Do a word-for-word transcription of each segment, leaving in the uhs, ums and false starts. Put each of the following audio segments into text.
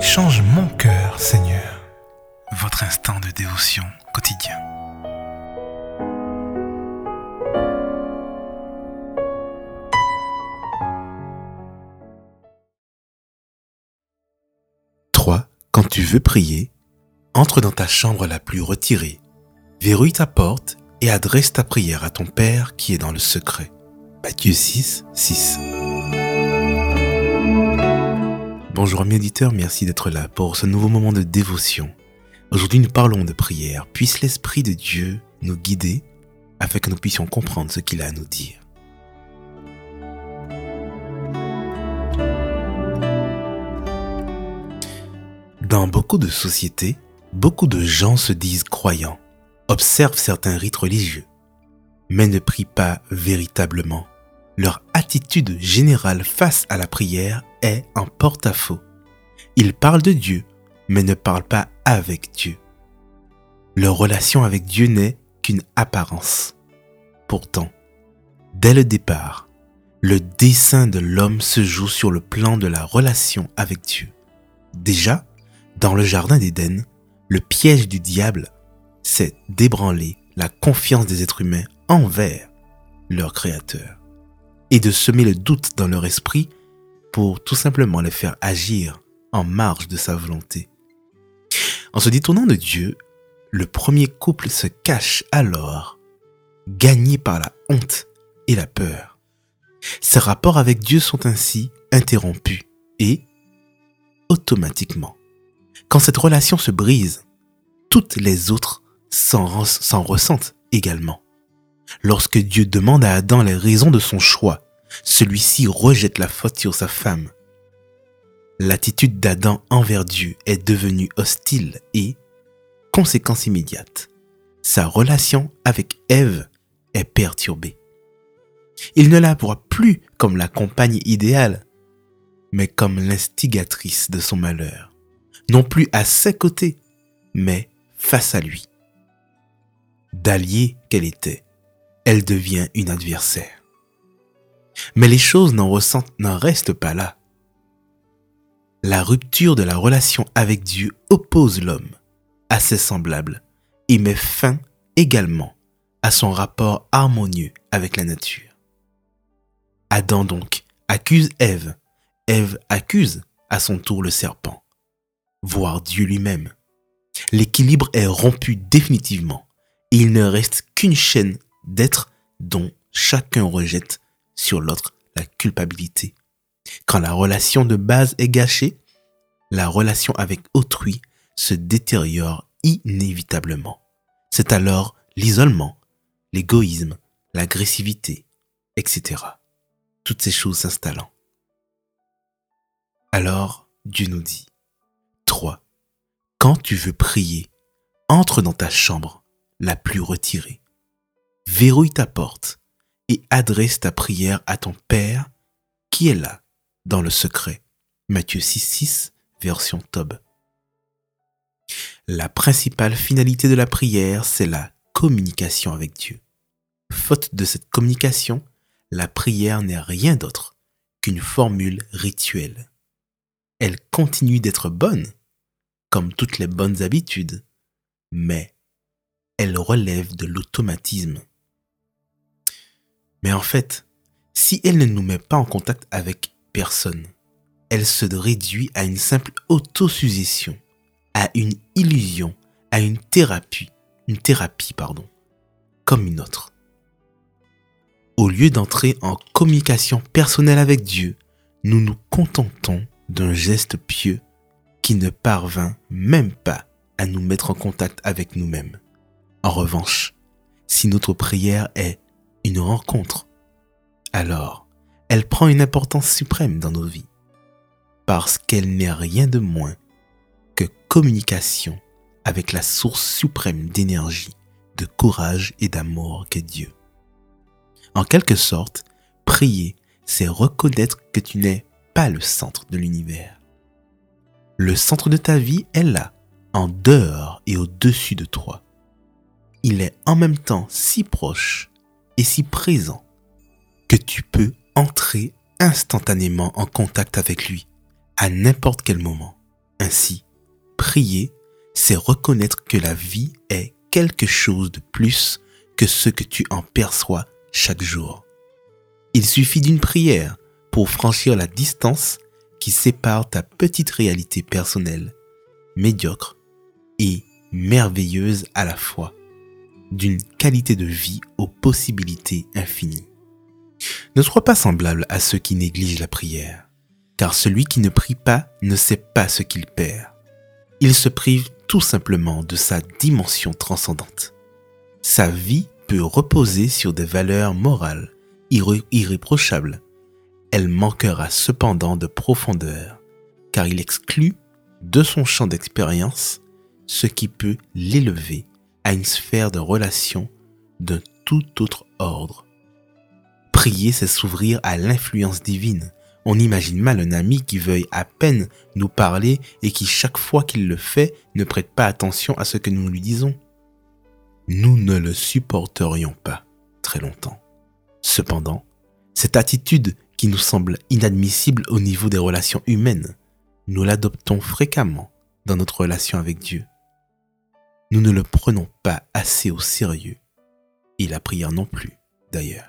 change mon cœur, Seigneur. Votre instant de dévotion quotidien. trois. Quand tu veux prier, entre dans ta chambre la plus retirée, verrouille ta porte et adresse ta prière à ton Père qui est dans le secret. Matthieu six, six. Bonjour amis auditeurs, merci d'être là pour ce nouveau moment de dévotion. Aujourd'hui nous parlons de prière. Puisse l'Esprit de Dieu nous guider afin que nous puissions comprendre ce qu'il a à nous dire. Dans beaucoup de sociétés, beaucoup de gens se disent croyants, observent certains rites religieux, mais ne prient pas véritablement. Leur attitude générale face à la prière est en porte-à-faux. Ils parlent de Dieu, mais ne parlent pas avec Dieu. Leur relation avec Dieu n'est qu'une apparence. Pourtant, dès le départ, le dessein de l'homme se joue sur le plan de la relation avec Dieu. Déjà, dans le jardin d'Éden, le piège du diable, c'est d'ébranler la confiance des êtres humains envers leur Créateur et de semer le doute dans leur esprit pour tout simplement les faire agir en marge de sa volonté. En se détournant de Dieu, le premier couple se cache alors, gagné par la honte et la peur. Ses rapports avec Dieu sont ainsi interrompus et, automatiquement, quand cette relation se brise, toutes les autres s'en, s'en ressentent également. Lorsque Dieu demande à Adam les raisons de son choix, celui-ci rejette la faute sur sa femme. L'attitude d'Adam envers Dieu est devenue hostile et, conséquence immédiate, sa relation avec Ève est perturbée. Il ne la voit plus comme la compagne idéale, mais comme l'instigatrice de son malheur. Non plus à ses côtés, mais face à lui. D'alliée qu'elle était, elle devient une adversaire. Mais les choses n'en ressentent, n'en restent pas là. La rupture de la relation avec Dieu oppose l'homme à ses semblables et met fin également à son rapport harmonieux avec la nature. Adam donc accuse Ève, Ève accuse à son tour le serpent, voire Dieu lui-même. L'équilibre est rompu définitivement et il ne reste qu'une chaîne d'êtres dont chacun rejette sur l'autre la culpabilité. Quand la relation de base est gâchée, la relation avec autrui se détériore inévitablement. C'est alors l'isolement, l'égoïsme, l'agressivité, et cetera. Toutes ces choses s'installant. Alors, Dieu nous dit, trois. Quand tu veux prier, entre dans ta chambre la plus retirée. Verrouille ta porte et adresse ta prière à ton Père qui est là, dans le secret. Matthieu six, six, version Tob. La principale finalité de la prière, c'est la communication avec Dieu. Faute de cette communication, la prière n'est rien d'autre qu'une formule rituelle. Elle continue d'être bonne, comme toutes les bonnes habitudes, mais elle relève de l'automatisme. Mais en fait, si elle ne nous met pas en contact avec personne, elle se réduit à une simple autosuggestion, à une illusion, à une thérapie, une thérapie, pardon, comme une autre. Au lieu d'entrer en communication personnelle avec Dieu, nous nous contentons d'un geste pieux qui ne parvint même pas à nous mettre en contact avec nous-mêmes. En revanche, si notre prière est une rencontre, alors elle prend une importance suprême dans nos vies, parce qu'elle n'est rien de moins que communication avec la source suprême d'énergie, de courage et d'amour qu'est Dieu. En quelque sorte, prier, c'est reconnaître que tu n'es pas le centre de l'univers. Le centre de ta vie est là, en dehors et au-dessus de toi. Il est en même temps si proche et si présent que tu peux entrer instantanément en contact avec lui à n'importe quel moment. Ainsi, prier, c'est reconnaître que la vie est quelque chose de plus que ce que tu en perçois chaque jour. Il suffit d'une prière pour franchir la distance qui sépare ta petite réalité personnelle, médiocre et merveilleuse à la fois, d'une qualité de vie aux possibilités infinies. Ne sois pas semblable à ceux qui négligent la prière, car celui qui ne prie pas ne sait pas ce qu'il perd. Il se prive tout simplement de sa dimension transcendante. Sa vie peut reposer sur des valeurs morales irré- irréprochables. Elle manquera cependant de profondeur, car il exclut de son champ d'expérience ce qui peut l'élever à une sphère de relation d'un tout autre ordre. Prier, c'est s'ouvrir à l'influence divine. On imagine mal un ami qui veuille à peine nous parler et qui, chaque fois qu'il le fait, ne prête pas attention à ce que nous lui disons. Nous ne le supporterions pas très longtemps. Cependant, cette attitude qui nous semble inadmissible au niveau des relations humaines, nous l'adoptons fréquemment dans notre relation avec Dieu. Nous ne le prenons pas assez au sérieux, et la prière non plus, d'ailleurs.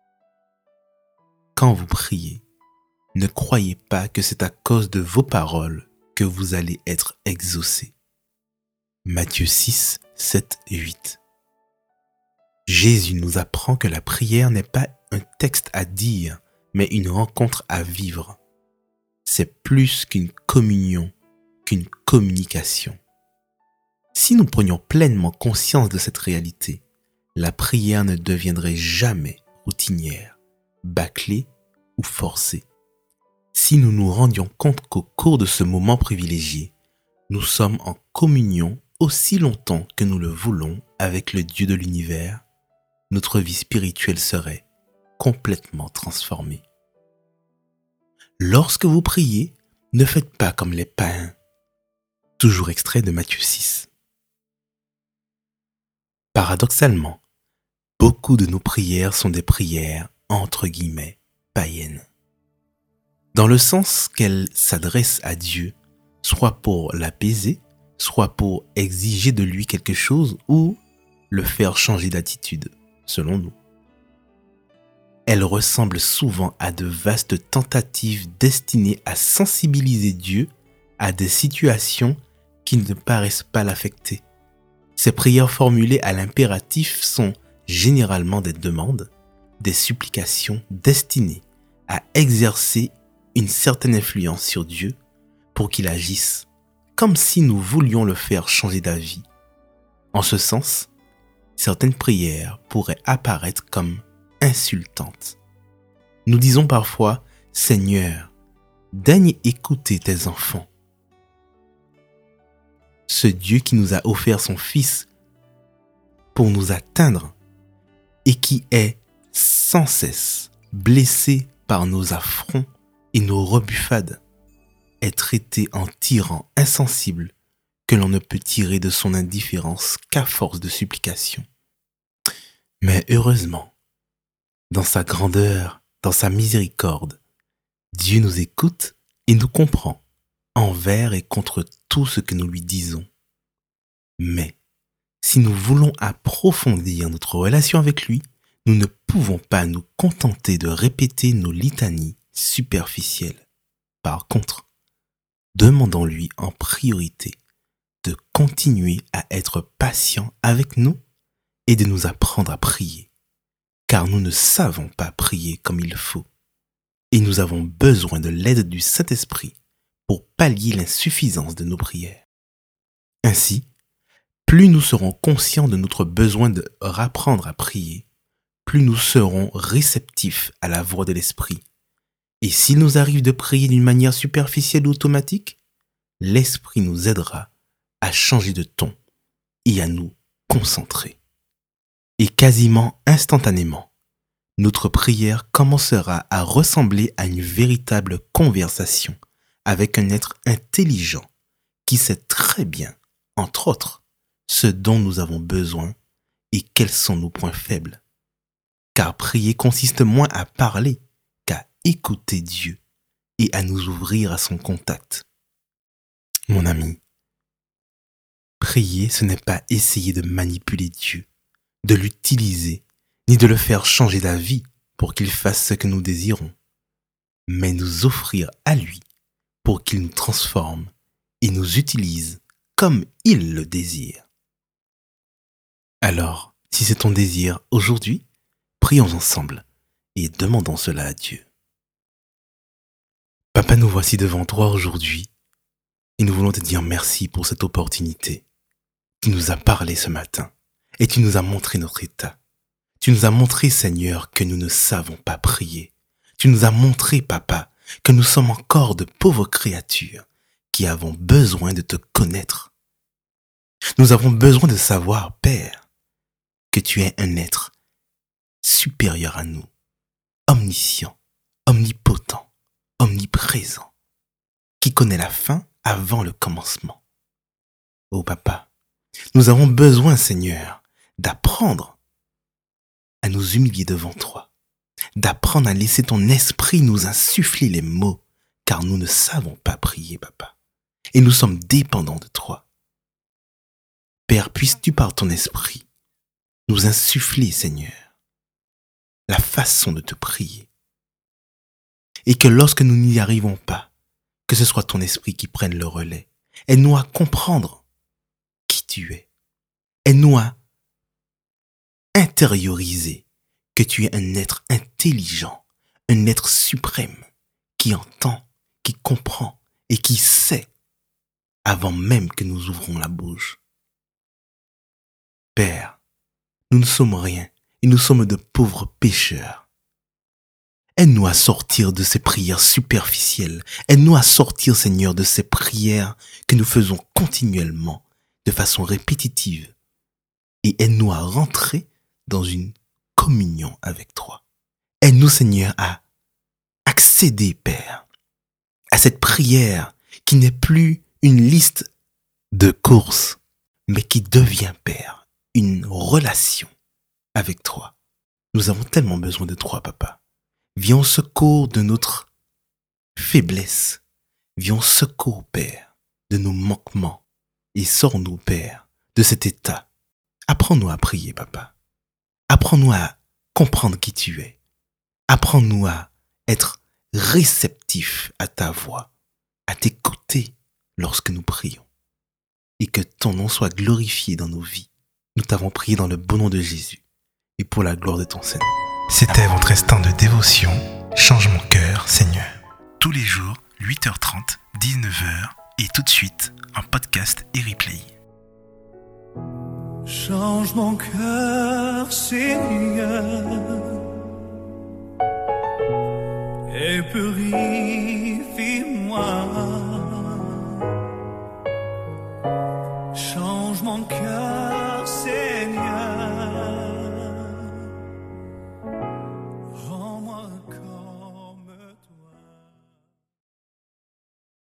Quand vous priez, ne croyez pas que c'est à cause de vos paroles que vous allez être exaucés. Matthieu six, sept et huit. Jésus nous apprend que la prière n'est pas un texte à dire, mais une rencontre à vivre. C'est plus qu'une communion, qu'une communication. Si nous prenions pleinement conscience de cette réalité, la prière ne deviendrait jamais routinière, bâclée ou forcée. Si nous nous rendions compte qu'au cours de ce moment privilégié, nous sommes en communion aussi longtemps que nous le voulons avec le Dieu de l'univers, notre vie spirituelle serait complètement transformée. Lorsque vous priez, ne faites pas comme les païens. Toujours extrait de Matthieu six. Paradoxalement, beaucoup de nos prières sont des prières entre guillemets païennes. Dans le sens qu'elles s'adressent à Dieu, soit pour l'apaiser, soit pour exiger de lui quelque chose ou le faire changer d'attitude, selon nous. Elles ressemblent souvent à de vastes tentatives destinées à sensibiliser Dieu à des situations qui ne paraissent pas l'affecter. Ces prières formulées à l'impératif sont généralement des demandes, des supplications destinées à exercer une certaine influence sur Dieu pour qu'il agisse, comme si nous voulions le faire changer d'avis. En ce sens, certaines prières pourraient apparaître comme insultantes. Nous disons parfois « Seigneur, daigne écouter tes enfants ». Ce Dieu qui nous a offert son Fils pour nous atteindre et qui est sans cesse blessé par nos affronts et nos rebuffades, est traité en tyran insensible que l'on ne peut tirer de son indifférence qu'à force de supplication. Mais heureusement, dans sa grandeur, dans sa miséricorde, Dieu nous écoute et nous comprend envers et contre tout ce que nous lui disons. Mais si nous voulons approfondir notre relation avec lui, nous ne pouvons pas nous contenter de répéter nos litanies superficielles. Par contre, demandons-lui en priorité de continuer à être patient avec nous et de nous apprendre à prier, car nous ne savons pas prier comme il faut, et nous avons besoin de l'aide du Saint-Esprit pour pallier l'insuffisance de nos prières. Ainsi, plus nous serons conscients de notre besoin de rapprendre à prier, plus nous serons réceptifs à la voix de l'Esprit. Et s'il nous arrive de prier d'une manière superficielle ou automatique, l'Esprit nous aidera à changer de ton et à nous concentrer. Et quasiment instantanément, notre prière commencera à ressembler à une véritable conversation avec un être intelligent qui sait très bien, entre autres, ce dont nous avons besoin et quels sont nos points faibles. Car prier consiste moins à parler qu'à écouter Dieu et à nous ouvrir à son contact. Mon ami, prier, ce n'est pas essayer de manipuler Dieu, de l'utiliser, ni de le faire changer d'avis pour qu'il fasse ce que nous désirons, mais nous offrir à lui pour qu'il nous transforme et nous utilise comme il le désire. Alors, si c'est ton désir aujourd'hui, prions ensemble et demandons cela à Dieu. Papa, nous voici devant toi aujourd'hui et nous voulons te dire merci pour cette opportunité. Tu nous as parlé ce matin et tu nous as montré notre état. Tu nous as montré, Seigneur, que nous ne savons pas prier. Tu nous as montré, Papa, que nous sommes encore de pauvres créatures qui avons besoin de te connaître. Nous avons besoin de savoir, Père, que tu es un être supérieur à nous, omniscient, omnipotent, omniprésent, qui connaît la fin avant le commencement. Oh Papa, nous avons besoin, Seigneur, d'apprendre à nous humilier devant toi, d'apprendre à laisser ton esprit nous insuffler les mots, car nous ne savons pas prier, Papa, et nous sommes dépendants de toi. Père, puisses-tu par ton esprit nous insuffler, Seigneur, la façon de te prier, et que lorsque nous n'y arrivons pas, que ce soit ton esprit qui prenne le relais, aide-nous à comprendre qui tu es, aide-nous à intérioriser que tu es un être intelligent, un être suprême, qui entend, qui comprend et qui sait avant même que nous ouvrons la bouche. Père, nous ne sommes rien et nous sommes de pauvres pécheurs. Aide-nous à sortir de ces prières superficielles. Aide-nous à sortir, Seigneur, de ces prières que nous faisons continuellement, de façon répétitive. Et aide-nous à rentrer dans une communion avec toi. Aide-nous, Seigneur, à accéder, Père, à cette prière qui n'est plus une liste de courses, mais qui devient, Père, une relation avec toi. Nous avons tellement besoin de toi, Papa. Viens au secours de notre faiblesse. Viens au secours, Père, de nos manquements. Et sors-nous, Père, de cet état. Apprends-nous à prier, Papa. Apprends-nous à comprendre qui tu es. Apprends-nous à être réceptifs à ta voix, à t'écouter lorsque nous prions. Et que ton nom soit glorifié dans nos vies. Nous t'avons prié dans le bon nom de Jésus et pour la gloire de ton Seigneur. C'était votre instant de dévotion. Change mon cœur, Seigneur. Tous les jours, huit heures trente, dix-neuf heures et tout de suite en podcast et replay. Change mon cœur, Seigneur, et purifie